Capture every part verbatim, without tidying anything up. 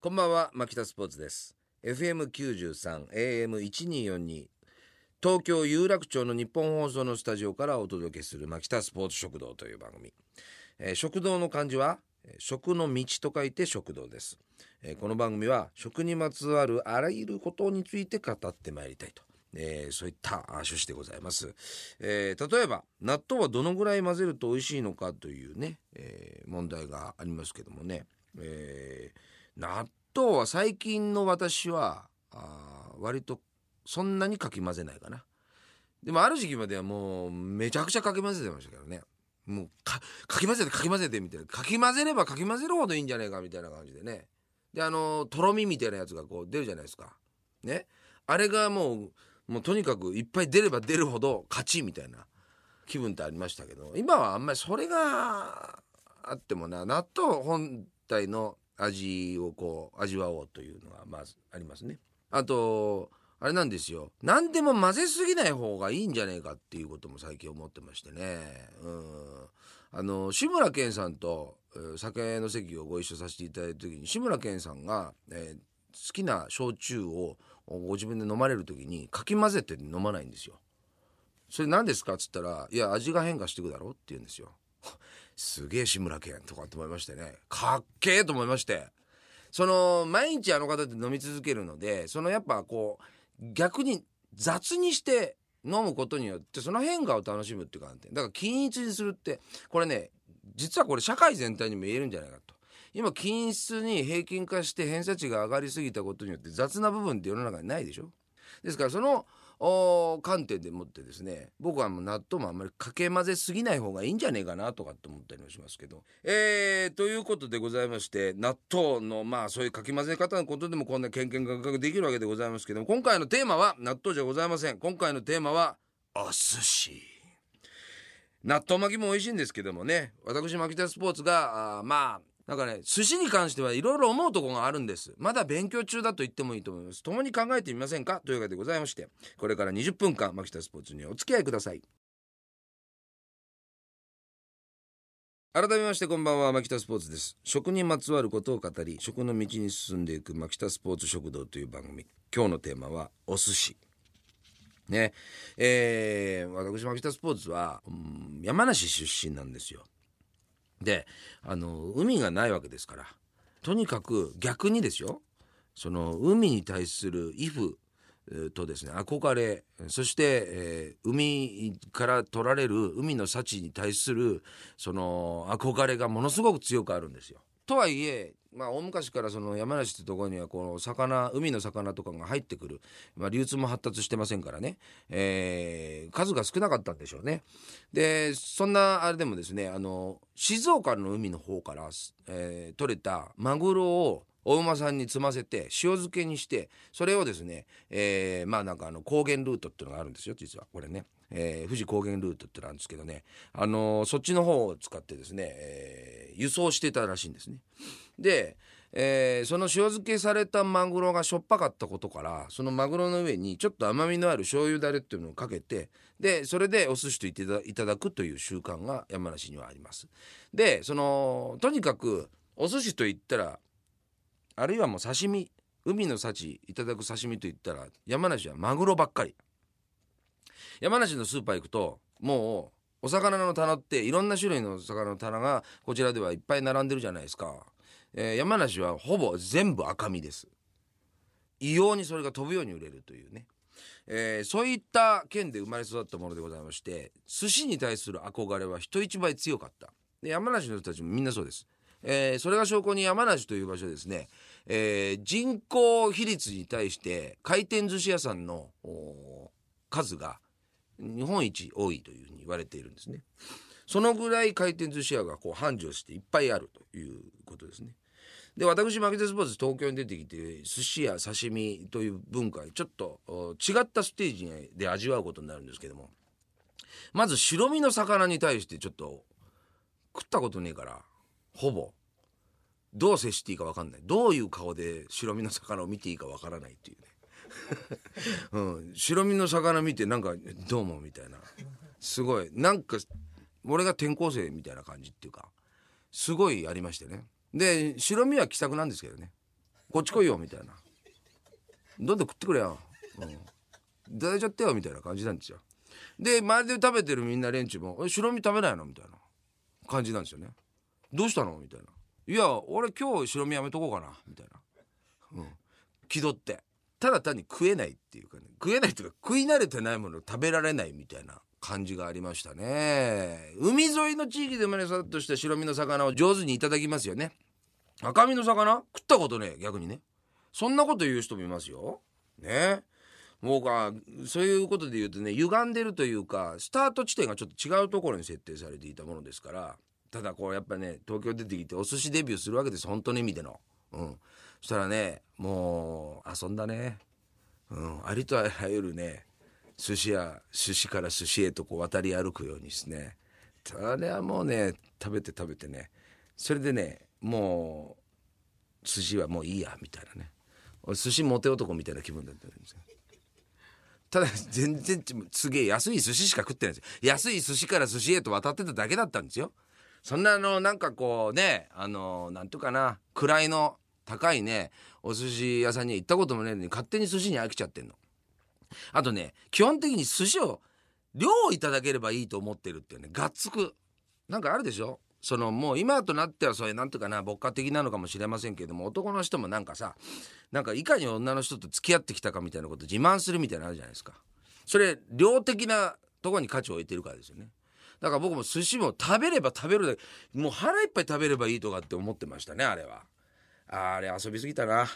こんばんは、牧田スポーツです。 エフエムきゅうじゅうさん エーエムせんにひゃくよんじゅうに 東京有楽町の日本放送のスタジオからお届けする牧田スポーツ食堂という番組、えー、食堂の漢字は食の道と書いて食堂です。えー、この番組は食にまつわるあらゆることについて語ってまいりたいと、えー、そういった趣旨でございます。えー、例えば納豆はどのぐらい混ぜると美味しいのかというね、えー、問題がありますけどもね、えー納豆は最近の私はあ割とそんなにかき混ぜないかな。でもある時期まではもうめちゃくちゃかき混ぜてましたけどね。もう か, かき混ぜてかき混ぜてみたいな、かき混ぜればかき混ぜるほどいいんじゃないかみたいな感じでね。であのとろみみたいなやつがこう出るじゃないですかね。あれがもうもうとにかくいっぱい出れば出るほど勝ちみたいな気分ってありましたけど、今はあんまりそれがあってもな、納豆本体の味をこう味わおうというのがまずありますね。あとあれなんですよ、何でも混ぜすぎない方がいいんじゃねえかっていうことも最近思ってましてね。うんあの志村けんさんと、えー、酒の席をご一緒させていただいた時に志村けんさんが、えー、好きな焼酎をご自分で飲まれる時にかき混ぜて飲まないんですよ。それ何ですかっつったら、いや味が変化していくだろうって言うんですよ。すげえ志村けんとかって思いましてね、かっけえと思いまして、その毎日あの方って飲み続けるので、そのやっぱこう逆に雑にして飲むことによってその変化を楽しむっていうか、だから均一にするってこれね、実はこれ社会全体にも言えるんじゃないかと。今均一に平均化して偏差値が上がりすぎたことによって雑な部分って世の中にないでしょ。ですからその観点でもってですね、僕はもう納豆もあんまりかけ混ぜすぎない方がいいんじゃねえかなとかって思ったりもしますけど、えー、ということでございまして、納豆のまあそういうかき混ぜ方のことでもこんなけんけんがくがくできるわけでございますけども、今回のテーマは納豆じゃございません。今回のテーマはお寿司。納豆巻きも美味しいんですけどもね、私牧田スポーツがあまあなんかね、寿司に関してはいろいろ思うところがあるんです。まだ勉強中だと言ってもいいと思います。共に考えてみませんかというわけでございまして、これからにじゅっぷんかん牧田スポーツにお付き合いください。改めましてこんばんは、牧田スポーツです。食にまつわることを語り、食の道に進んでいく牧田スポーツ食堂という番組。今日のテーマはお寿司ね。えー、私牧田スポーツは、うん、山梨出身なんですよ。であの海がないわけですから、とにかく逆にですよ、その海に対する畏怖とですね、憧れ、そして、えー、海から取られる海の幸に対するその憧れがものすごく強くあるんですよ。とはいえ、まあ、大昔からその山梨ってところにはこの魚、海の魚とかが入ってくる、まあ、流通も発達してませんからね、えー、数が少なかったんでしょうね。でそんなあれでもですね、あの静岡の海の方から、えー、取れたマグロをお馬さんに積ませて塩漬けにして、それをですね、えー、まあなんかあの高原ルートっていうのがあるんですよ、実はこれね。えー、富士高原ルートってのあるんですけどね、あのー、そっちの方を使ってですね、えー、輸送してたらしいんですね。で、えー、その塩漬けされたマグロがしょっぱかったことから、そのマグロの上にちょっと甘みのある醤油だれっていうのをかけて、でそれでお寿司と言っていただくという習慣が山梨にはあります。でそのとにかくお寿司と言ったら、あるいはもう刺身、海の幸いただく刺身と言ったら山梨はマグロばっかり。山梨のスーパー行くともうお魚の棚っていろんな種類の魚の棚がこちらではいっぱい並んでるじゃないですか。えー、山梨はほぼ全部赤身です。異様にそれが飛ぶように売れるというね、えー、そういった県で生まれ育ったものでございまして、寿司に対する憧れは人一倍強かった。で山梨の人たちもみんなそうです。えー、それが証拠に山梨という場所ですね、えー、人口比率に対して回転寿司屋さんの数が日本一多いというふうに言われているんですね。そのぐらい回転寿司屋がこう繁盛していっぱいあるということですね。で私牧田スポーツ東京に出てきて、寿司や刺身という文化にちょっと違ったステージで味わうことになるんですけども、まず白身の魚に対してちょっと食ったことねえから、ほぼどう接していいか分かんない、どういう顔で白身の魚を見ていいか分からないっていうねうん、白身の魚見てなんかどうもみたいな、すごいなんか俺が転校生みたいな感じっていうか、すごいありましてね。で白身は気さくなんですけどね、 こっち来いよみたいな、どんどん食ってくれよ、うん、いただいちゃってよみたいな感じなんですよ。で周りで食べてるみんな連中も、え白身食べないのみたいな感じなんですよね。どうしたのみたいな、いや俺今日白身やめとこうかなみたいな、うん、気取って、ただ単に食えないっていうかね、食えないっていうか食い慣れてないものを食べられないみたいな感じがありましたね。海沿いの地域で生まれ育ったとした白身の魚を上手にいただきますよね。赤身の魚食ったことね、逆にね、そんなこと言う人もいますよね。もうかそういうことで言うとね、歪んでるというか、スタート地点がちょっと違うところに設定されていたものですから。ただこうやっぱね、東京出てきてお寿司デビューするわけです、本当の意味での。うん、そしたらね、もう遊んだね、うん、ありとあらゆるね寿司や寿司から寿司へとこう渡り歩くようにですね、あれはもうね食べて食べてね、それでねもう寿司はもういいやみたいなね、俺寿司モテ男みたいな気分だったんですよ。ただ全然すげえ安い寿司しか食ってないんですよ。安い寿司から寿司へと渡ってただけだったんですよ。そんなあのなんかこうね、あのなんていうかな、位の高いねお寿司屋さんには行ったこともないのに勝手に寿司に飽きちゃってんの。あとね、基本的に寿司を量をいただければいいと思ってるっていうね、がっつくなんかあるでしょ。そのもう今となってはそういうなんとかな牧歌的なのかもしれませんけども、男の人もなんかさ、なんかいかに女の人と付き合ってきたかみたいなこと自慢するみたいなのあるじゃないですか。それ量的なところに価値を置いてるからですよね。だから僕も寿司も食べれば食べるだけ、もう腹いっぱい食べればいいとかって思ってましたね。あれはあれ遊びすぎたな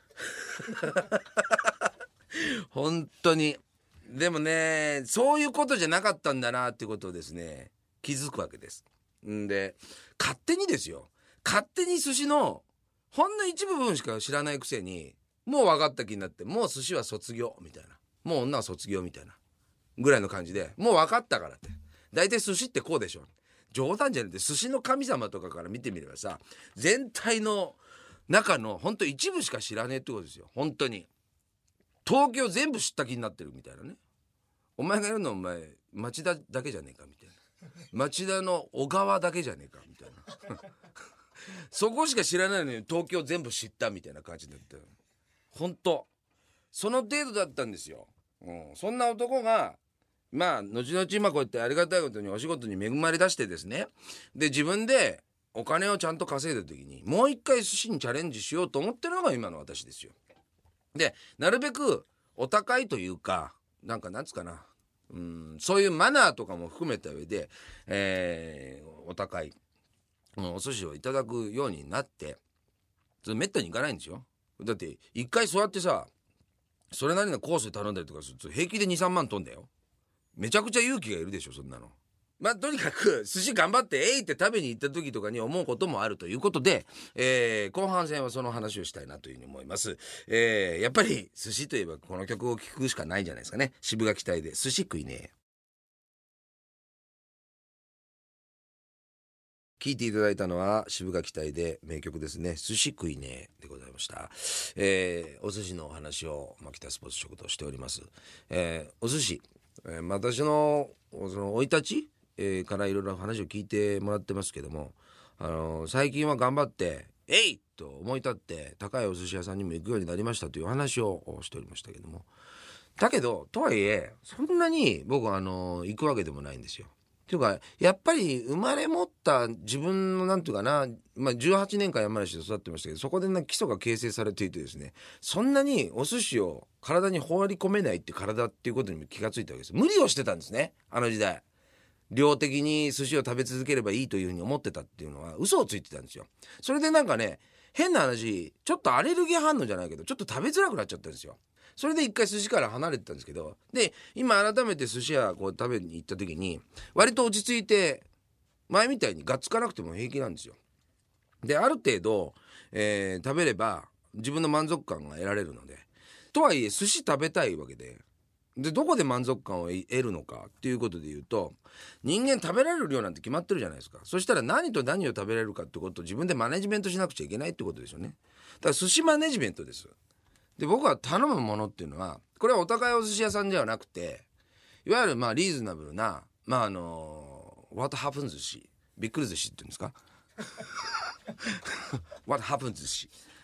本当に。でもね、そういうことじゃなかったんだなっていうことをですね気づくわけです。んで勝手にですよ、勝手に寿司のほんの一部分しか知らないくせにもう分かった気になって、もう寿司は卒業みたいな、もう女は卒業みたいなぐらいの感じで、もう分かったからって、大体寿司ってこうでしょ、冗談じゃなくて寿司の神様とかから見てみればさ、全体の中のほんと一部しか知らねえってことですよ。本当に東京全部知った気になってるみたいなね。お前がやるのお前町田だけじゃねえかみたいな、町田の小川だけじゃねえかみたいなそこしか知らないのに東京全部知ったみたいな感じだった。本当その程度だったんですよ、うん、そんな男がまあ後々今こうやってありがたいことにお仕事に恵まれだしてですね、で自分でお金をちゃんと稼いだ時にもう一回寿司にチャレンジしようと思ってるのが今の私ですよ。でなるべくお高いというか、なんかなんつうかな、うん、そういうマナーとかも含めた上で、えー、お高い、うん、お寿司をいただくようになって、それめったに行かないんですよ。だって一回そうやってさ、それなりのコースで頼んだりとかすると平気で にさんまん飛んだよ。めちゃくちゃ勇気がいるでしょそんなの。まあとにかく寿司頑張ってえいって食べに行った時とかに思うこともあるということで、えー、後半戦はその話をしたいなというふうに思います。えー、やっぱり寿司といえばこの曲を聴くしかないじゃないですかね。渋垣隊で寿司食いねえ。聴いていただいたのは渋垣隊で名曲ですね、寿司食いねえでございました。えー、お寿司のお話を牧田スポーツ食堂しております。えー、お寿司、えー、私のその生い立ち、えー、からいろいろ話を聞いてもらってますけども、あのー、最近は頑張ってえいと思い立って高いお寿司屋さんにも行くようになりましたという話をしておりましたけども、だけどとはいえそんなに僕はあのー、行くわけでもないんですよ。っていうかやっぱり生まれ持った自分のなんていうかな、まあ、じゅうはちねんかん山梨で育ってましたけど、そこでな基礎が形成されていてですね、そんなにお寿司を体に放り込めないっていう体っていうことにも気がついたわけです。無理をしてたんですね、あの時代。量的に寿司を食べ続ければいいというふうに思ってたっていうのは嘘をついてたんですよ。それでなんかね、変な話ちょっとアレルギー反応じゃないけどちょっと食べづらくなっちゃったんですよ。それで一回寿司から離れてたんですけど、で今改めて寿司屋こう食べに行った時に割と落ち着いて前みたいにがっつかなくても平気なんですよ。である程度、えー、食べれば自分の満足感が得られるので、とはいえ寿司食べたいわけで、でどこで満足感を得るのかっていうことで言うと、人間食べられる量なんて決まってるじゃないですか。そしたら何と何を食べられるかってことを自分でマネジメントしなくちゃいけないってことですよね。だから寿司マネジメントです。で僕は頼むものっていうのはこれはお高いお寿司屋さんではなくて、いわゆるまあリーズナブルなまああの What happens 寿司、びっくり寿司っていうんですかWhat happens 寿司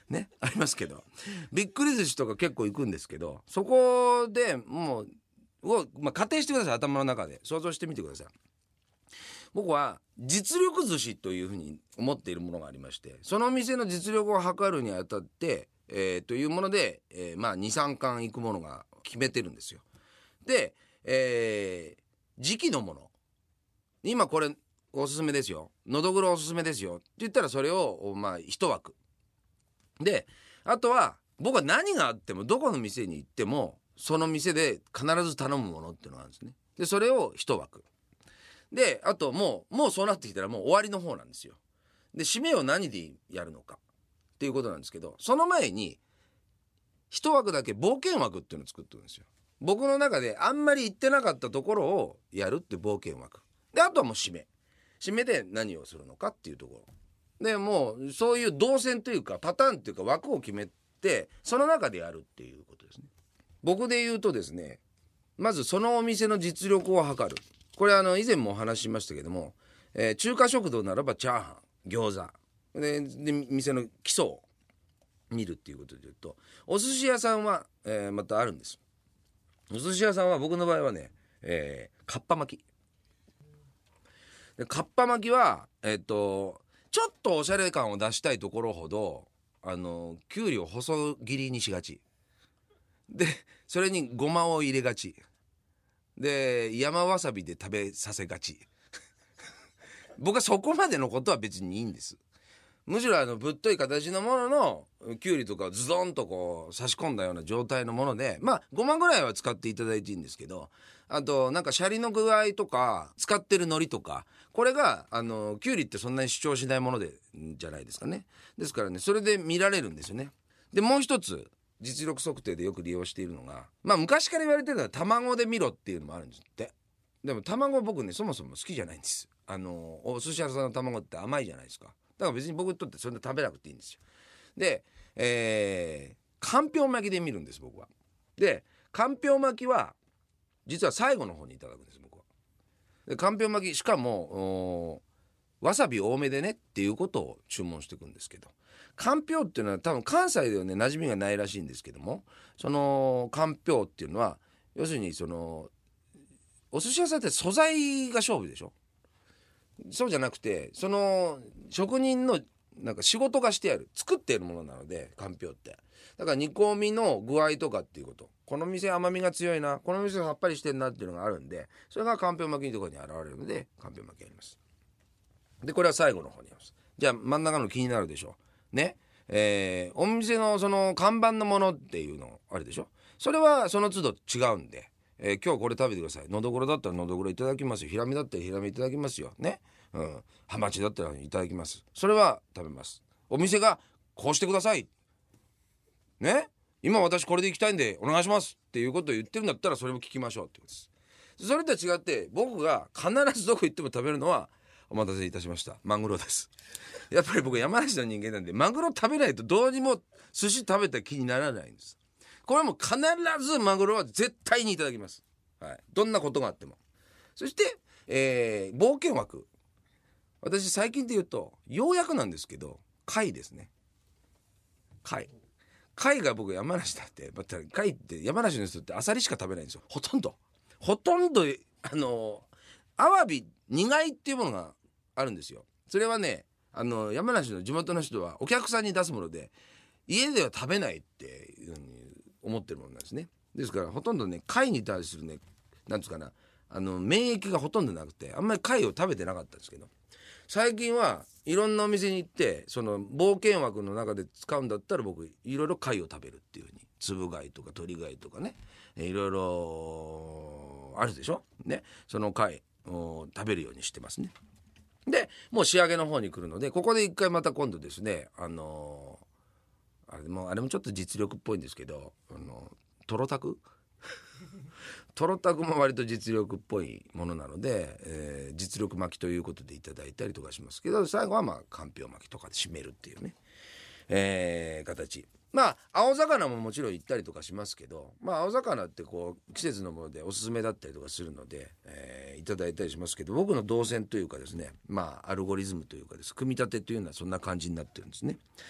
ね、ありますけど、びっくり寿司とか結構行くんですけど、そこでもうを、まあ、仮定してください。頭の中で想像してみてください。僕は実力寿司というふうに思っているものがありまして、その店の実力を測るにあたって、えー、というもので、えー、まあにさん貫いくものが決めてるんですよ。で、えー、時期のもの、今これおすすめですよ、のどぐろおすすめですよって言ったら、それをまあ一枠で、あとは僕は何があってもどこの店に行ってもその店で必ず頼むものっていうのがあるんですね。でそれを一枠で、あともうもうそうなってきたらもう終わりの方なんですよ。で締めを何でやるのかっていうことなんですけど、その前に一枠だけ冒険枠っていうのを作ってるんですよ。僕の中であんまり行ってなかったところをやるって冒険枠で、あとはもう締め締めで何をするのかっていうところで、もうそういう動線というかパターンというか枠を決めて、その中でやるっていうことですね。僕で言うとですね、まずそのお店の実力を測る。これあの以前もお話ししましたけども、えー、中華食堂ならばチャーハン、餃子で、で店の基礎を見るっていうことで言うと、お寿司屋さんは、えー、またあるんです。お寿司屋さんは僕の場合はね、えー、かっぱ巻きで、かっぱ巻きはえっとちょっとおしゃれ感を出したいところほど、あのきゅうりを細切りにしがちで、それにごまを入れがちで、山わさびで食べさせがち僕はそこまでのことは別にいいんです。むしろあのぶっとい形のもののきゅうりとかをズドンとこう差し込んだような状態のもので、まあごまぐらいは使っていただいていいんですけど、あとなんかシャリの具合とか使ってる海苔とか、これがあのきゅうりってそんなに主張しないものでじゃないですかね。ですからね、それで見られるんですよね。でもう一つ実力測定でよく利用しているのが、まあ昔から言われてるのは卵で見ろっていうのもあるんですって。でも卵僕ねそもそも好きじゃないんです。あのお寿司屋さんの卵って甘いじゃないですか。だから別に僕にとってそんな食べなくていいんですよ。で、えー、かんぴょう巻きで見るんです僕は。でかんぴょう巻きは実は最後の方にいただくんです僕は。でかんぴょう巻き、しかもわさび多めでねっていうことを注文していくんですけど、かんぴょうっていうのは多分関西ではね馴染みがないらしいんですけども、そのかんぴょうっていうのは要するにそのお寿司屋さんって素材が勝負でしょ。そうじゃなくて、その職人のなんか仕事がしてある、作っているものなので、かんぴょうってだから煮込みの具合とかっていうこと、この店甘みが強いな、この店さっぱりしてんなっていうのがあるんで、それがかんぴょう巻きのところに現れるのでかんぴょう巻きやります。でこれは最後の方にやります。じゃあ真ん中の気になるでしょね。えー、お店のその看板のものっていうのあるでしょ。それはその都度違うんで、えー、今日これ食べてください。のどぐろだったらのどぐろいただきますよ。ひらみだったらひらみいただきますよね。うん、ハマチだったらいただきます。それは食べます。お店がこうしてくださいね、今私これで行きたいんでお願いしますっていうことを言ってるんだったら、それも聞きましょうってことです。それとは違って僕が必ずどこ行っても食べるのは、お待たせいたしました、マグロです。やっぱり僕山梨の人間なんで、マグロ食べないとどうにも寿司食べた気にならないんです。これはもう必ずマグロは絶対にいただきます、はい、どんなことがあっても。そして、えー、冒険枠、私最近で言うとようやくなんですけど貝ですね。貝貝が僕山梨だって、また貝って山梨の人ってアサリしか食べないんですよ。ほとんどほとんどあのアワビ苦いっていうものがあるんですよ。それはね、あの山梨の地元の人はお客さんに出すもので、家では食べないっていうふうに思ってるものなんですね。ですからほとんどね、貝に対するね、なんつうかな、あの免疫がほとんどなくて、あんまり貝を食べてなかったんですけど、最近はいろんなお店に行って、その冒険枠の中で使うんだったら僕いろいろ貝を食べるっていう風に、つぶ貝とか鳥貝とかね、いろいろあるでしょね。その貝を食べるようにしてますね。でもう仕上げの方に来るので、ここで一回また今度ですね、あのー、あれもあれもちょっと実力っぽいんですけど、あのトロタクトロタクも割と実力っぽいものなので、えー、実力巻きということでいただいたりとかしますけど、最後はまあかんぴょう巻きとかで締めるっていうね、えー、形。まあ青魚ももちろん行ったりとかしますけど、まあ青魚ってこう季節のものでおすすめだったりとかするので、えー、いただいたりしますけど、僕の動線というかですね、まあアルゴリズムというかです、組み立てというのはそんな感じになってるんですね。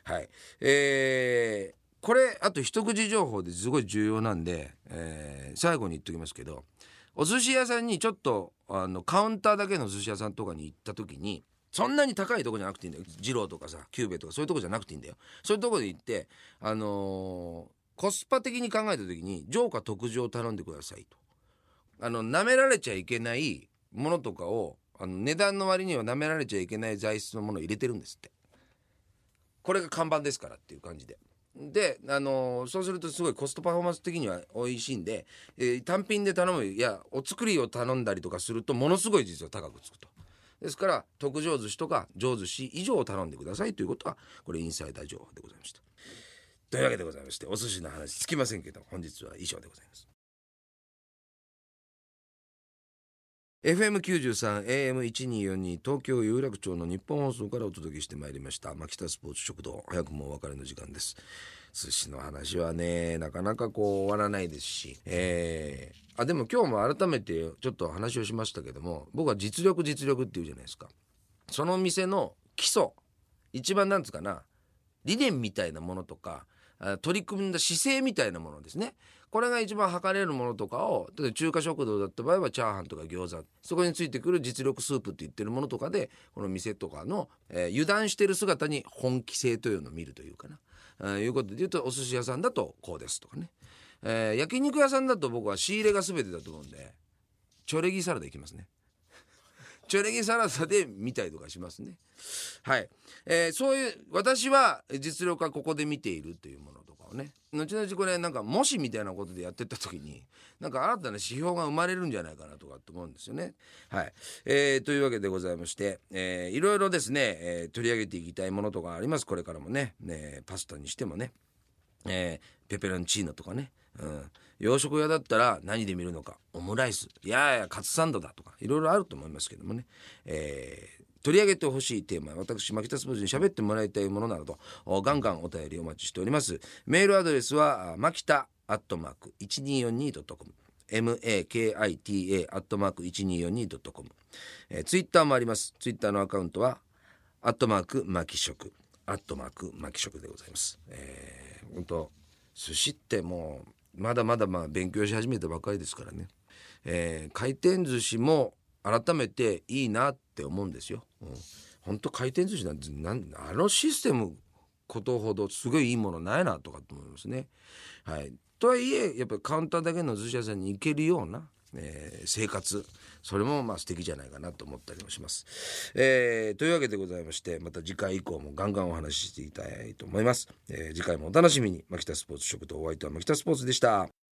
はい、えー、これあと一口情報ですごい重要なんで、えー、最後に言っときますけど、お寿司屋さんにちょっとあのカウンターだけの寿司屋さんとかに行った時に、そんなに高いとこじゃなくていいんだよ。二郎とかさキューベとかそういうとこじゃなくていいんだよ。そういうとこで行って、あのー、コスパ的に考えた時に上下特上を頼んでくださいと。あの舐められちゃいけないものとかを、あの値段の割には舐められちゃいけない材質のものを入れてるんですって。これが看板ですからっていう感じで。で、あのーそうするとすごいコストパフォーマンス的には美味しいんで、えー単品で頼む、いやお作りを頼んだりとかするとものすごい実は高くつくと。ですから特上寿司とか上寿司以上を頼んでくださいということは、これインサイダー情報でございました。というわけでございまして、お寿司の話つきませんけど本日は以上でございます。 エフエムきゅうじゅうさん エーエムせんにひゃくよんじゅうに 東京有楽町の日本放送からお届けしてまいりました牧田スポーツ食堂、早くもお別れの時間です。寿司の話はねなかなかこう終わらないですし、えー、あでも今日も改めてちょっと話をしましたけども、僕は実力実力っていうじゃないですか。その店の基礎、一番なんつうかな、理念みたいなものとか、取り組んだ姿勢みたいなものですね。これが一番測れるものとかを、例えば中華食堂だった場合はチャーハンとか餃子、そこについてくる実力スープって言ってるものとかで、この店とかの、えー油断してる姿に本気性というのを見るというかな、えーいうことで言うと、お寿司屋さんだとこうですとかね、えー焼肉屋さんだと僕は仕入れが全てだと思うんで、チョレギサラダいきますね。チョレギサラダで見たりとかしますね。はい、えーそういう私は実力はここで見ているというものとかをね、後々これなんか模試みたいなことでやってった時になんか新たな指標が生まれるんじゃないかなとかって思うんですよね。はい、えーというわけでございまして、えーいろいろですね、えー取り上げていきたいものとかあります。これからもね、ねパスタにしてもね、えーペペロンチーノとかね、うん、洋食屋だったら何で見るのか、オムライス、いやいやカツサンドだとかいろいろあると思いますけどもね、えー取り上げてほしいテーマ、私牧田スポーツに喋ってもらいたいものなどガンガンお便りお待ちしております。メールアドレスはマキタアットマーク いちにーよんにードットコム、 マキタ アットマーク いちにーよんにードットコム、えー、ツイッターもあります。ツイッターのアカウントはアットマークマキ食、アットマークマキ食でございます。えー、本当寿司ってもうまだまだまあ勉強し始めたばかりですからね、えー、回転寿司も改めていいなって思うんですよ。うん、本当回転寿司なんてなんあのシステムことほどすごいいいものないなとかと思いますね。はい、とはいえやっぱりカウンターだけの寿司屋さんに行けるような、えー、生活、それもまあ素敵じゃないかなと思ったりもします。えー、というわけでございまして、また次回以降もガンガンお話ししていきたいと思います。えー、次回もお楽しみに。牧田スポーツ食堂、お相手は牧田スポーツでした。